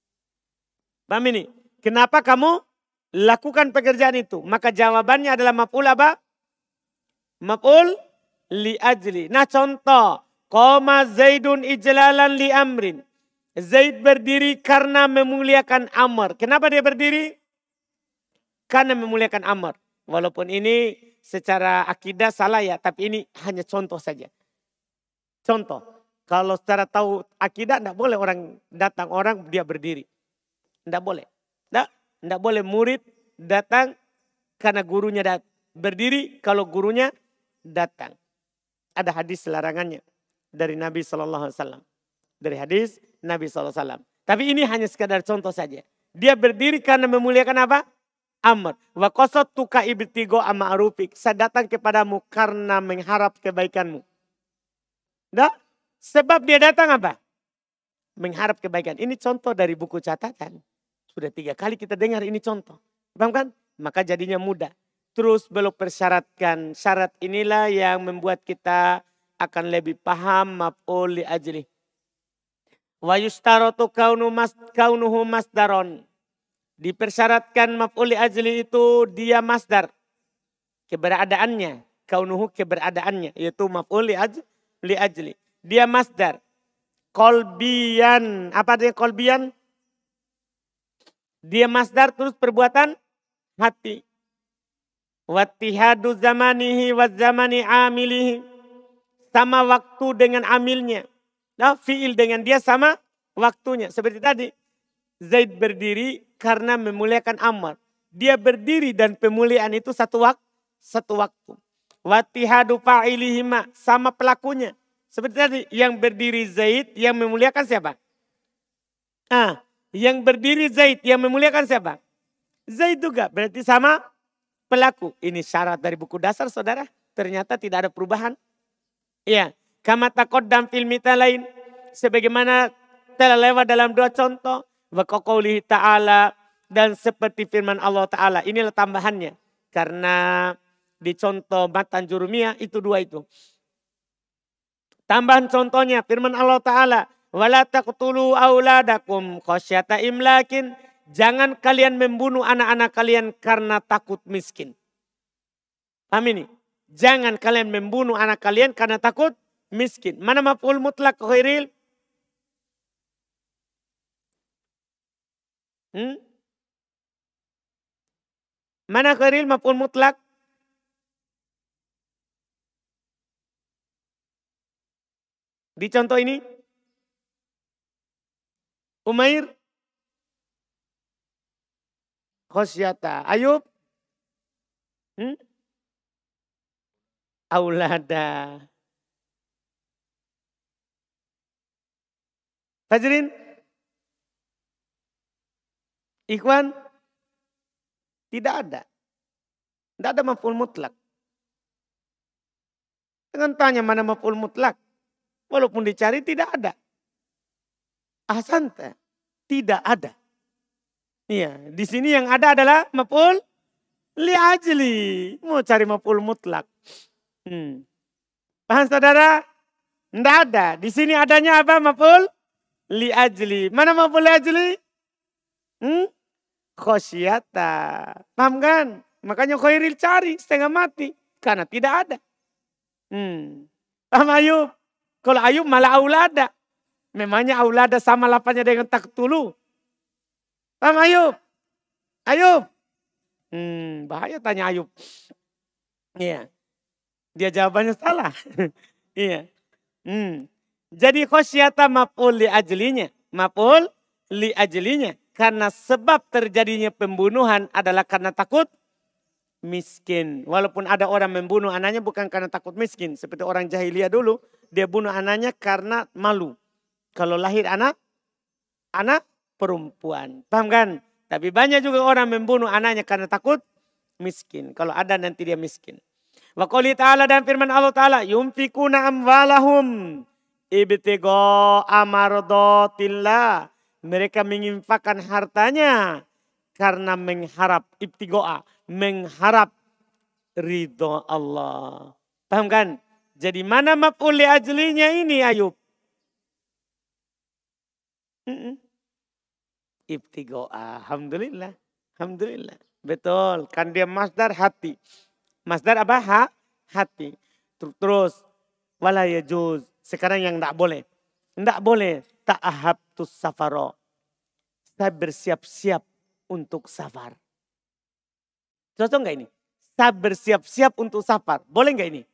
Paham ini? Kenapa kamu lakukan pekerjaan itu? Maka jawabannya adalah maf'ul apa? Maf'ul li ajli. Nah contoh. Qoma Zaidun ijlalan li amrin. Zaid berdiri karena memuliakan Amr. Kenapa dia berdiri? Karena memuliakan Amr. Walaupun ini secara akidah salah ya. Tapi ini hanya contoh saja. Contoh. Kalau secara tahu akidah tidak boleh orang datang. Orang dia berdiri. Tidak boleh. Tidak boleh murid datang karena gurunya berdiri kalau gurunya datang. Ada hadis larangannya. Dari Nabi SAW. Dari hadis Nabi SAW. Tapi ini hanya sekadar contoh saja. Dia berdiri karena memuliakan apa? Amr. Wa qasattuka ibtigo ma'rufik. Saya datang kepadamu karena mengharap kebaikanmu. Dah? Sebab dia datang apa? Mengharap kebaikan. Ini contoh dari buku catatan. Sudah 3 kali kita dengar ini contoh. Paham kan? Maka jadinya mudah. Terus belum persyaratkan. Syarat inilah yang membuat kita akan lebih paham maf'ul li ajli. Wa yustaratu kaunuhu masdaron. Dipersyaratkan maf'ul li ajli itu dia masdar. Keberadaannya. Kaunuhu keberadaannya. Yaitu maf'ul li ajli. Dia masdar. Kolbian. Apa dia kolbian? Dia masdar terus perbuatan hati. Wattihadu zamanihi wa zamani amilihi. Sama waktu dengan amilnya. Nah, fi'il dengan dia sama waktunya. Seperti tadi. Zaid berdiri karena memuliakan Ammar. Dia berdiri dan pemuliaan itu satu waktu. Wattihadu fa'ilihima. Sama pelakunya. Seperti tadi. Yang berdiri Zaid. Yang memuliakan siapa? Yang berdiri Zaid. Yang memuliakan siapa? Zaid juga. Berarti sama pelaku. Ini syarat dari buku dasar saudara. Ternyata tidak ada perubahan. Ya, kama taqaddam fil mitalain sebagaimana telah lewat dalam 2 contoh wa qaulihi ta'ala dan seperti firman Allah taala. Inilah tambahannya karena di contoh matan jurumiyah itu 2 itu. Tambahan contohnya firman Allah taala wala taqtulu auladakum khasyata imlakin, jangan kalian membunuh anak-anak kalian karena takut miskin. Paham ini? Jangan kalian membunuh anak kalian karena takut miskin. Mana maf'ul mutlak ghairil? Hmm? Mana khairil maf'ul mutlak? Di contoh ini. Umair. Khosyata. Ayub. Hmm? Aulada. Fajrin. Ikhwan. Tidak ada. Tidak ada maf'ul mutlak. Jangan tanya mana maf'ul mutlak. Walaupun dicari tidak ada. Ahsanta. Tidak ada. Iya, di sini yang ada adalah maf'ul li ajli. Mau cari maf'ul mutlak. Paham saudara? Tidak ada. Di sini adanya apa? Maf'ul li ajli. Mana maf'ul li ajli? Khosyata. Paham kan? Makanya khairil cari setengah mati. Karena tidak ada. Paham Ayub? Kalau Ayub malah aulada. Memangnya aulada sama lapanya dengan taktulu. Paham Ayub? Ayub? Bahaya tanya Ayub. Iya. Dia jawabannya salah. Iya. Jadi khosyata maf'ul li ajlinya. Maf'ul li ajlinya. Karena sebab terjadinya pembunuhan adalah karena takut miskin. Walaupun ada orang membunuh anaknya bukan karena takut miskin. Seperti orang jahiliyah dulu. Dia bunuh anaknya karena malu. Kalau lahir anak perempuan. Paham kan? Tapi banyak juga orang membunuh anaknya karena takut miskin. Kalau ada nanti dia miskin. Wa qouli ta'ala dan firman Allah Ta'ala. Yumfikuna amwalahum ibtigo amardotillah. Mereka menginfakkan hartanya karena mengharap ibtigoa. Mengharap ridho Allah. Paham kan? Jadi mana maf'ul li ajlinya ini Ayub? Ibtigoa. Alhamdulillah. Alhamdulillah. Betul. Kan dia masdar hati. Masdar apa? Hati. Terus. Wala yajuz. Sekarang yang tidak boleh. Tidak boleh. Ta'ahabtus safaro. Saya bersiap-siap untuk safar. Cocok nggak ini? Saya bersiap-siap untuk safar. Boleh nggak ini?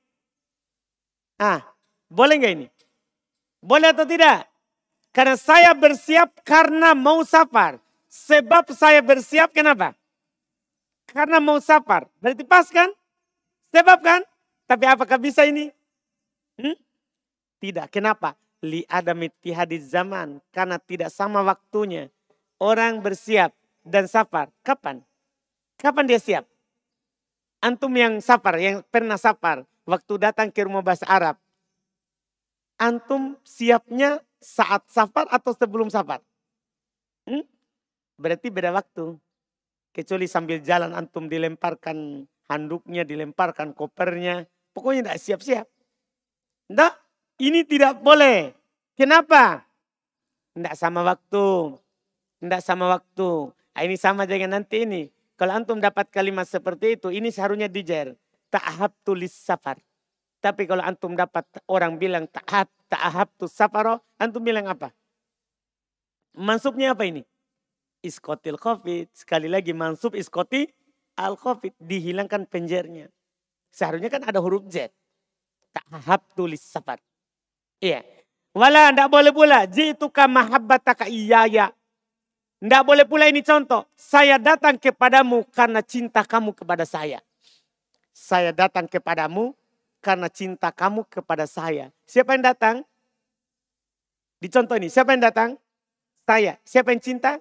Boleh nggak ini? Boleh atau tidak? Karena saya bersiap karena mau safar. Sebab saya bersiap kenapa? Karena mau safar. Berarti pas kan? Sebab kan? Tapi apakah bisa ini? Tidak. Kenapa? Li adam ittihadiz zaman. Karena tidak sama waktunya. Orang bersiap dan safar. Kapan? Kapan dia siap? Antum yang safar, yang pernah safar. Waktu datang ke rumah bahasa Arab. Antum siapnya saat safar atau sebelum safar? Berarti beda waktu. Kecuali sambil jalan antum dilemparkan handuknya, dilemparkan kopernya. Pokoknya tidak siap-siap. Tidak, ini tidak boleh. Kenapa? Tidak sama waktu. Tidak sama waktu. Ini sama dengan nanti ini. Kalau antum dapat kalimat seperti itu, ini seharusnya dijer. Ta'ahabtu lis safar. Tapi kalau antum dapat orang bilang ta'ahabtu safaro, antum bilang apa? Mansubnya apa ini? Iskotil khafid. Sekali lagi mansub iskoti al khafid. Dihilangkan penjernya. Seharusnya kan ada huruf Z. Ta'ahabtu lis safar. Iya. Wala tidak boleh pula. Ji'tuka mahabbataka iyaya. Tidak boleh pula ini contoh. Saya datang kepadamu karena cinta kamu kepada saya. Saya datang kepadamu karena cinta kamu kepada saya. Siapa yang datang? Di contoh ini, siapa yang datang? Saya. Siapa yang cinta?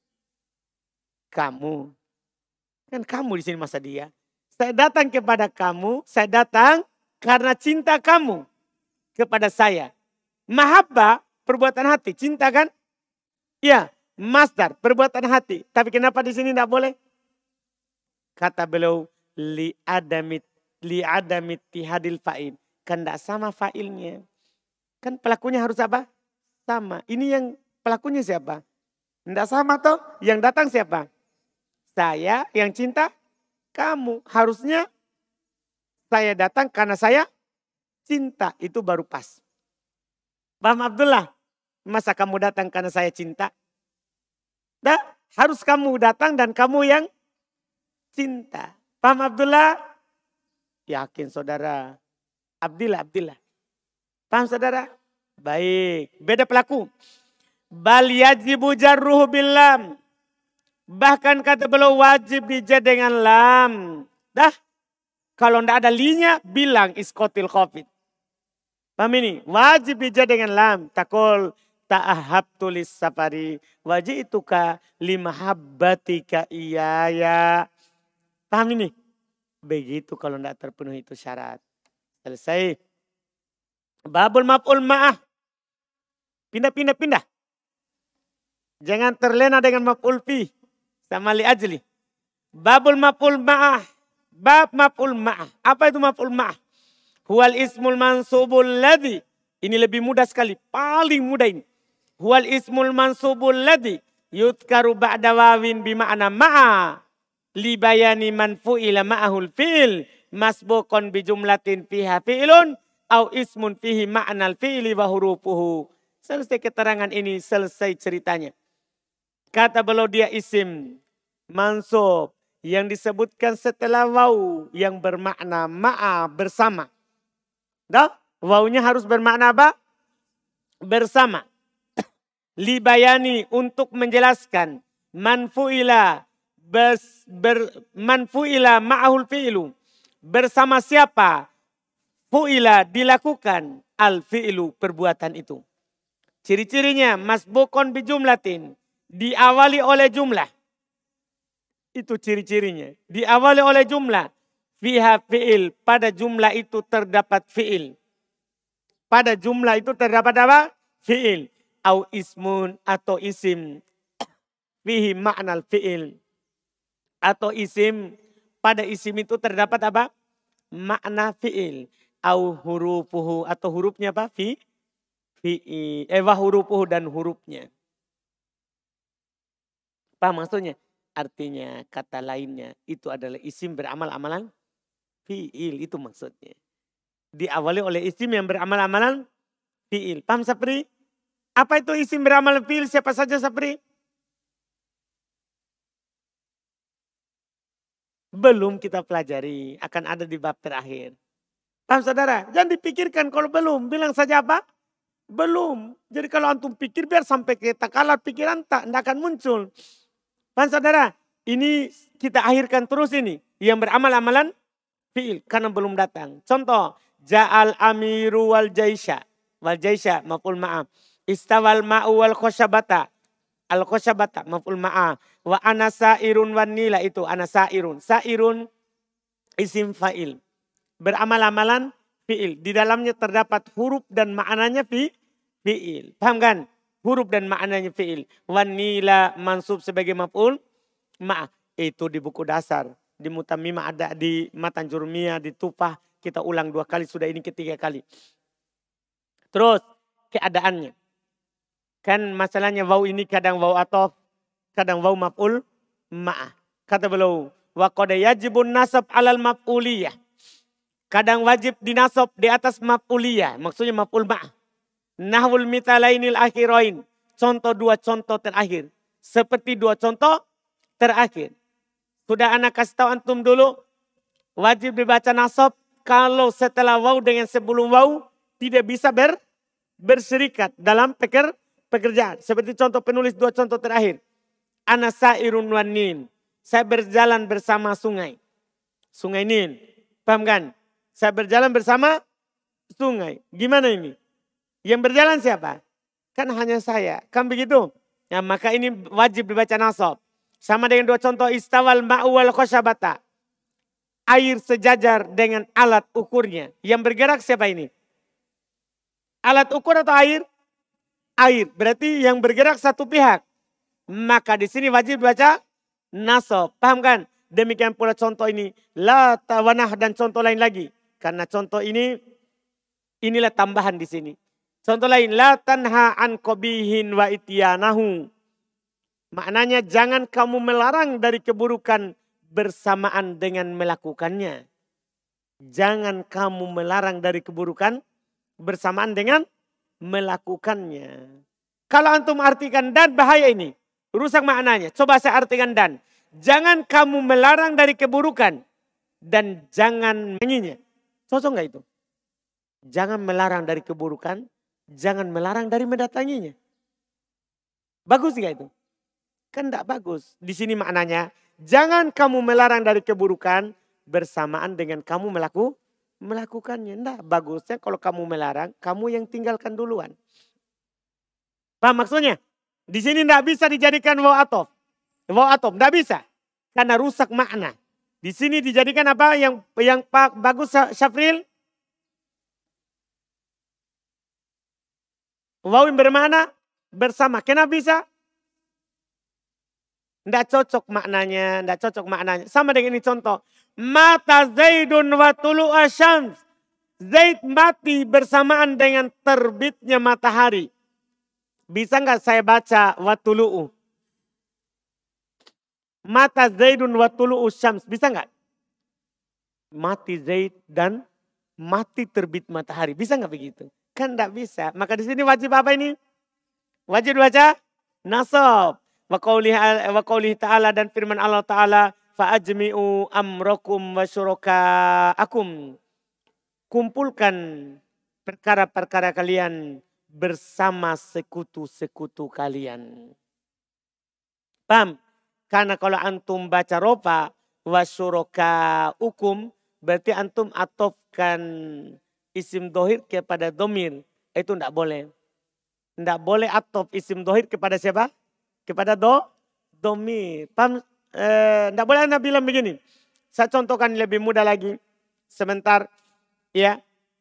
Kamu. Kan kamu di sini masa dia. Saya datang kepada kamu, saya datang karena cinta kamu kepada saya. Mahabbah, perbuatan hati. Cinta kan? Ya, masdar, perbuatan hati. Tapi kenapa di sini tidak boleh? Kata beliau, li adamit tihadil fa'il. Kan tidak sama fa'ilnya. Kan pelakunya harus apa? Sama. Ini yang pelakunya siapa? Tidak sama toh? Yang datang siapa? Saya yang cinta kamu. Harusnya saya datang karena saya cinta. Itu baru pas. Paham Abdullah? Masa kamu datang karena saya cinta? Dah, harus kamu datang dan kamu yang cinta. Paham Abdullah? Yakin saudara. Abdillah. Paham saudara? Baik. Beda pelaku. Bal yajibu jarruhu billam. Bahkan kata beliau wajib dijar dengan lam. Dah. Kalau tidak ada linya bilang iskotil khafid. Paham ini? Wajib dijar dengan lam. Takul ta'ahab tulis safari. Wajib ituka limahabbatika iyaya. Paham ini? Begitu kalau tidak terpenuhi itu syarat. Selesai. Babul maf'ul ma'ah. Pindah. Jangan terlena dengan maf'ul fi. Sama li ajli. Babul maf'ul ma'ah. Bab maf'ul ma'ah. Apa itu maf'ul ma'ah? Huwal ismul mansubul ladhi. Ini lebih mudah sekali. Paling mudah ini. Huwal ismul mansubul ladhi. Yudkaru ba'da wawin bima'na ma'a. Libayani man fu'ila ma'ahul fi'il. Masbukon bijumlatin fiha fi'ilun. Au ismun fihi ma'nal fi'ili wa hurufuhu. Selesai keterangan ini, selesai ceritanya. Kata beliau dia isim mansub yang disebutkan setelah waw yang bermakna ma'a bersama. Dah? Wawnya harus bermakna apa? Bersama. Libayani untuk menjelaskan manfu'ila ma'ahul fi'lu. Bersama siapa? Fu'ila dilakukan al-fi'lu perbuatan itu. Ciri-cirinya masbukon bijumlatin. Diawali oleh jumlah. Itu ciri-cirinya. Diawali oleh jumlah. Fiha fi'il. Pada jumlah itu terdapat fi'il. Pada jumlah itu terdapat apa? Fi'il. Au ismun atau isim. Fihi ma'nal fi'il. Atau isim. Pada isim itu terdapat apa? Makna fi'il. Au hurufuhu. Atau hurufnya apa? Hurufuhu dan hurufnya. Paham maksudnya? Artinya kata lainnya itu adalah isim beramal amalan fi'il. Itu maksudnya. Diawali oleh isim yang beramal amalan fi'il. Paham Sapri? Apa itu isim beramal fi'il? Siapa saja Sapri? Belum kita pelajari. Akan ada di bab terakhir. Paham saudara? Jangan dipikirkan kalau belum. Bilang saja apa? Belum. Jadi kalau antum pikir biar sampai ke takalar pikiran tidak akan muncul. Paham saudara? Ini kita akhirkan terus ini. Yang beramal amalan fi'il. Karena belum datang. Contoh. Ja'al amiru wal jaisha. Wal jaisha maf'ul ma'am. Istawal ma'u wal khosyabata. Al khosyabata maf'ul ma'am. Wa ana sa'irun wan nila itu. Ana sa'irun. Sa'irun isim fa'il. Beramal amalan fi'il. Di dalamnya terdapat huruf dan maknanya fi'il. Paham kan? Huruf dan maknanya fi'il. Wan nila mansub sebagai maf'ul ma'ah. Itu di buku dasar. Di Mutamimah ada, di Matan Jurmiyah, di Tufah. Kita ulang 2 kali, sudah ini ketiga kali. Terus keadaannya. Kan masalahnya waw ini kadang waw atof, kadang waw maf'ul ma'ah. Kata beliau, wa qad yajibun nasab alal maf'uliyah. Kadang wajib dinasab di atas maf'uliyah. Maksudnya maf'ul ma'ah. Nahwul mitalainil akhirain. Contoh 2 contoh terakhir. Seperti 2 contoh terakhir. Sudah anak kasih tahu antum dulu. Wajib dibaca nasab. Kalau setelah waw dengan sebelum waw. Tidak bisa berserikat dalam pekerjaan. Seperti contoh penulis 2 contoh terakhir. Ana sa'irun wan Nil. Saya berjalan bersama sungai. Sungai Nil. Paham kan? Saya berjalan bersama sungai. Gimana ini? Yang berjalan siapa? Kan hanya saya. Kan begitu? Ya, maka ini wajib dibaca nasab. Sama dengan 2 contoh. Istawal ma'u wal khosyabata. Air sejajar dengan alat ukurnya. Yang bergerak siapa ini? Alat ukur atau air? Air. Berarti yang bergerak satu pihak. Maka di sini wajib dibaca nasab. Paham kan? Demikian pula contoh ini. La tawanah dan contoh lain lagi. Karena contoh ini, inilah tambahan di sini. Contoh lain, la tanha an qabihin wa ityanahu. Maknanya jangan kamu melarang dari keburukan bersamaan dengan melakukannya. Jangan kamu melarang dari keburukan bersamaan dengan melakukannya. Kalau antum artikan dan bahaya ini. Rusak maknanya. Coba saya artikan dan. Jangan kamu melarang dari keburukan. Dan jangan menginginnya. Cocok nggak itu? Jangan melarang dari keburukan. Jangan melarang dari mendatanginya. Bagus nggak itu? Kan tidak bagus. Di sini maknanya. Jangan kamu melarang dari keburukan. Bersamaan dengan kamu melakukannya. Tidak bagusnya kalau kamu melarang. Kamu yang tinggalkan duluan. Paham maksudnya? Di sini tidak bisa dijadikan waw atof. Waw atof tidak bisa. Karena rusak makna. Di sini dijadikan apa yang bagus Syafril? Waw yang bermakna bersama. Kenapa bisa? Tidak cocok maknanya. Tidak cocok maknanya. Sama dengan ini contoh. Mata Zaidun wa tulu'a syams. Zaid mati bersamaan dengan terbitnya matahari. Bisa nggak saya baca wa tulu'u? Mata Zaidun wa tulu'u syams. Bisa nggak? Mati Zaid dan mati terbit matahari. Bisa nggak begitu? Kan nggak bisa. Maka di sini wajib apa ini? Wajib baca nasab. Wa qaulihi ta'ala dan firman Allah Ta'ala. Fa'ajmi'u amrokum wa syuraka'akum. Kumpulkan perkara-perkara kalian bersama sekutu-sekutu kalian. Paham? Karena kalau antum baca rofa wa syuraka'ukum berarti antum atofkan isim dohir kepada domir. Itu tidak boleh. Tidak boleh atof isim dohir kepada siapa? Kepada domir. Paham? Tidak boleh anda bilang begini. Saya contohkan lebih mudah lagi. Sebentar. Ya.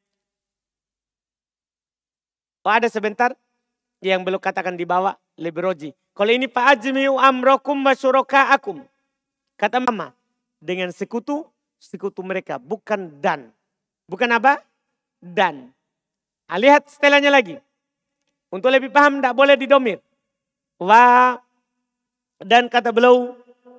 Oh ada sebentar. Yang belum katakan di bawah. Lebih roji. Kalau ini fa'ajmi'u amrokum wa syuraka'akum. Kata mama. Dengan sekutu mereka. Bukan dan. Bukan apa? Dan. Lihat setelahnya lagi. Untuk lebih paham tidak boleh didomir. Wa dan kata beliau.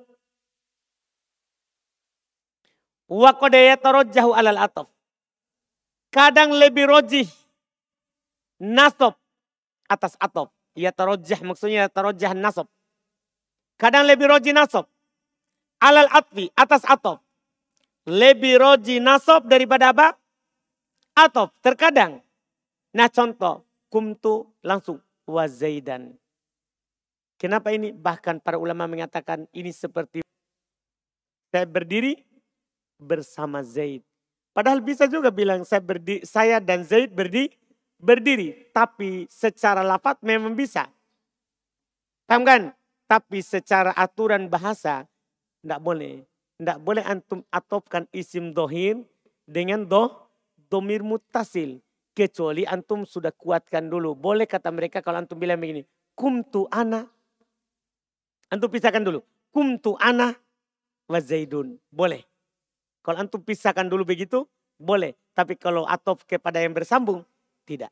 Wa qad yatarajjahu alal ataf. Kadang lebih rojih. Nasab atas ataf. Yatarajjah maksudnya yatarajjah nasab. Kadang lebih rojih nasab. Alal atfi atas ataf. Lebih roji nasab daripada apa? Ataf. Terkadang. Nah contoh. Kumtu langsung. Wa Zaidan. Kenapa ini? Bahkan para ulama mengatakan ini seperti saya berdiri bersama Zaid. Padahal bisa juga bilang saya dan Zaid berdiri. Tapi secara lafaz memang bisa. Paham kan? Tapi secara aturan bahasa tidak boleh. Tidak boleh antum atopkan isim dohir dengan domir muttasil. Kecuali antum sudah kuatkan dulu. Boleh kata mereka kalau antum bilang begini. Kumtu ana. Antum pisahkan dulu. Kumtu ana wa Zaidun. Boleh. Kalau antum pisahkan dulu begitu. Boleh. Tapi kalau atop kepada yang bersambung. Tidak.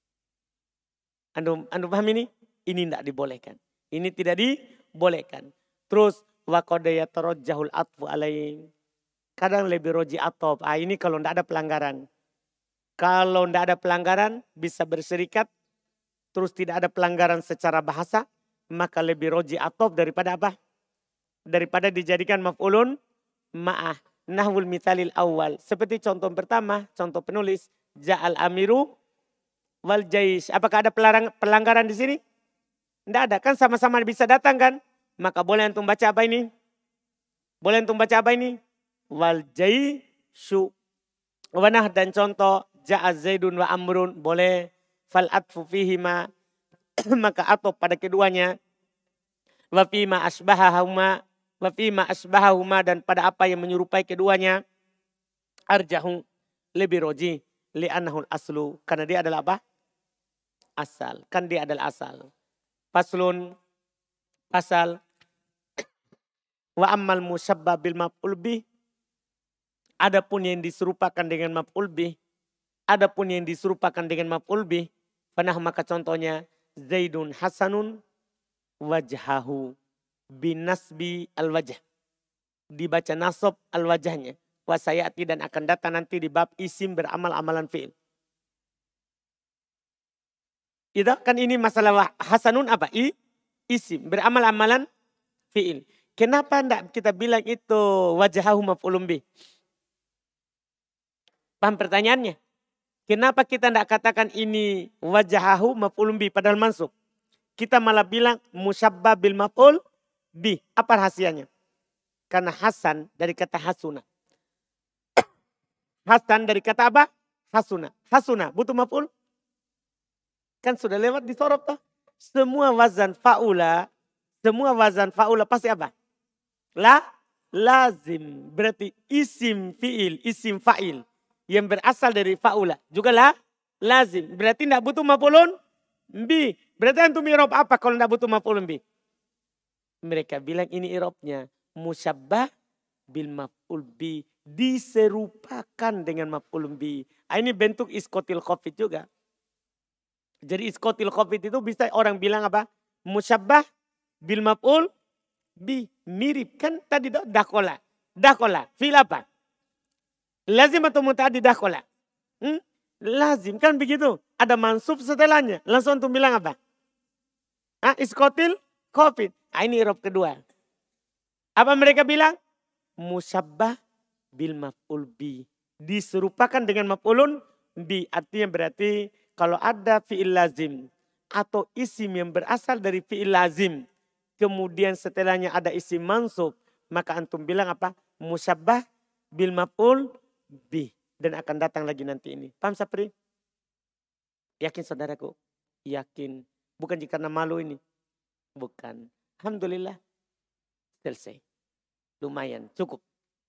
Antum paham ini? Ini tidak dibolehkan. Ini tidak dibolehkan. Terus. Wa qad yatarajjahul atfu alaih. Kadang lebih roji atop. Ini kalau tidak ada pelanggaran. Kalau tidak ada pelanggaran bisa berserikat. Terus tidak ada pelanggaran secara bahasa. Maka lebih roji atop daripada apa? Daripada dijadikan maf'ulun ma'ah. Nahwul mithalil awal. Seperti contoh pertama. Contoh penulis. Ja'al amiru wal jais. Apakah ada pelanggaran di sini? Tidak ada. Kan sama-sama bisa datang kan? Maka boleh antum baca apa ini? Boleh antum baca apa ini? Wal jaisu. Wanah dan contoh. Ja'a Zaidun wa Amrun. Boleh. Fal atfu fihima. Maka atop pada keduanya. Wa fima asbahahuma. Wa fima asbahahuma. Dan pada apa yang menyerupai keduanya. Arjahu. Lebih roji. Li'annahul aslu. Karena dia adalah apa? Asal. Kan dia adalah asal. Paslun. Pasal. Wa ammal musyabba bil maf'ul bih. Adapun yang diserupakan dengan maf'ul bih. Adapun yang diserupakan dengan maf'ul bih. Panah maka contohnya. Zaidun hasanun wajhahu. Binasbi al-wajh. Dibaca nasab al-wajhnya. Wasayati dan akan datang nanti di bab isim beramal amalan fi'il. Itu kan ini masalah hasanun apa? isim, beramal amalan fi'il. Kenapa enggak kita bilang itu wajahahu maf'ulun bih? Paham pertanyaannya? Kenapa kita enggak katakan ini wajahahu maf'ulun bih padahal mansub? Kita malah bilang musyabbah bil maf'ul bih. Apa rahasianya? Karena Hasan dari kata hasuna. Hasan dari kata apa? Hasuna. Hasuna butuh maf'ul? Kan sudah lewat di sorob toh. Semua wazan fa'ula pasti apa? Lazim. Berarti isim fi'il, isim fa'il. Yang berasal dari fa'ula. Juga lazim. Berarti tidak butuh maf'ulun bi. Berarti antum irob apa kalau tidak butuh maf'ulun bi? Mereka bilang ini irobnya. Musyabbah bil maf'ul bi. Diserupakan dengan maf'ulun bi. Ini bentuk iskotil khafid juga. Jadi iskotil khafid itu bisa orang bilang apa? Musyabbah bil maf'ul bi. Mirip kan tadi dakola. Dakola. Fil apa? Lazim atau muta'addi dakola? Lazim kan begitu. Ada mansub setelahnya. Langsung untuk bilang apa? Iskotil khafid. Ini irob kedua. Apa mereka bilang? Musyabbah bil maf'ul bi. Diserupakan dengan maf'ulun bi. Artinya berarti kalau ada fi'il lazim atau isim yang berasal dari fi'il lazim, kemudian setelahnya ada isim mansub, maka antum bilang apa? Musyabbah bil maf'ul bi. Dan akan datang lagi nanti ini. Paham Sapri? Yakin saudaraku? Yakin. Bukan karena malu ini. Bukan. Alhamdulillah. Selesai. Lumayan. Cukup.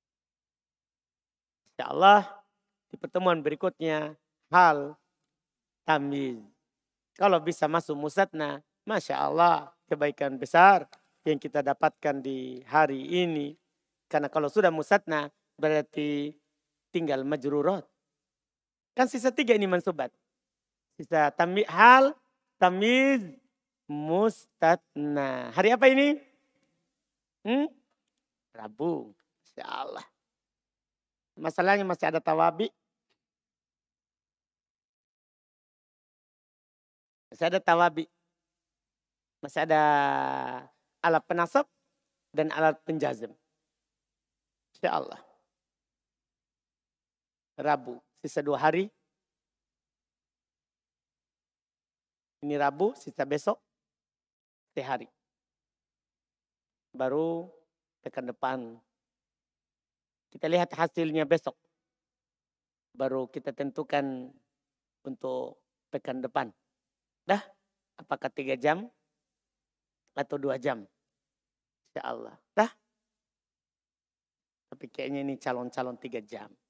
InsyaAllah di pertemuan berikutnya hal tamiz. Kalau bisa masuk musatna, Masya Allah kebaikan besar yang kita dapatkan di hari ini. Karena kalau sudah musatna berarti tinggal majrurat. Kan sisa 3 ini mansubat. Sisa hal, tamiz, mustatna. Hari apa ini? Rabu. Masya Allah. Masalahnya masih ada tawabi. Masih ada tawabi. Masih ada alat penasab dan alat penjazm. Insya Allah. Rabu. Sisa 2 hari. Ini Rabu, sisa besok. Sehari. Baru pekan depan. Kita lihat hasilnya besok. Baru kita tentukan untuk pekan depan. Dah, apakah 3 jam atau 2 jam? Insya Allah. Dah. Tapi kayaknya ini calon-calon 3 jam.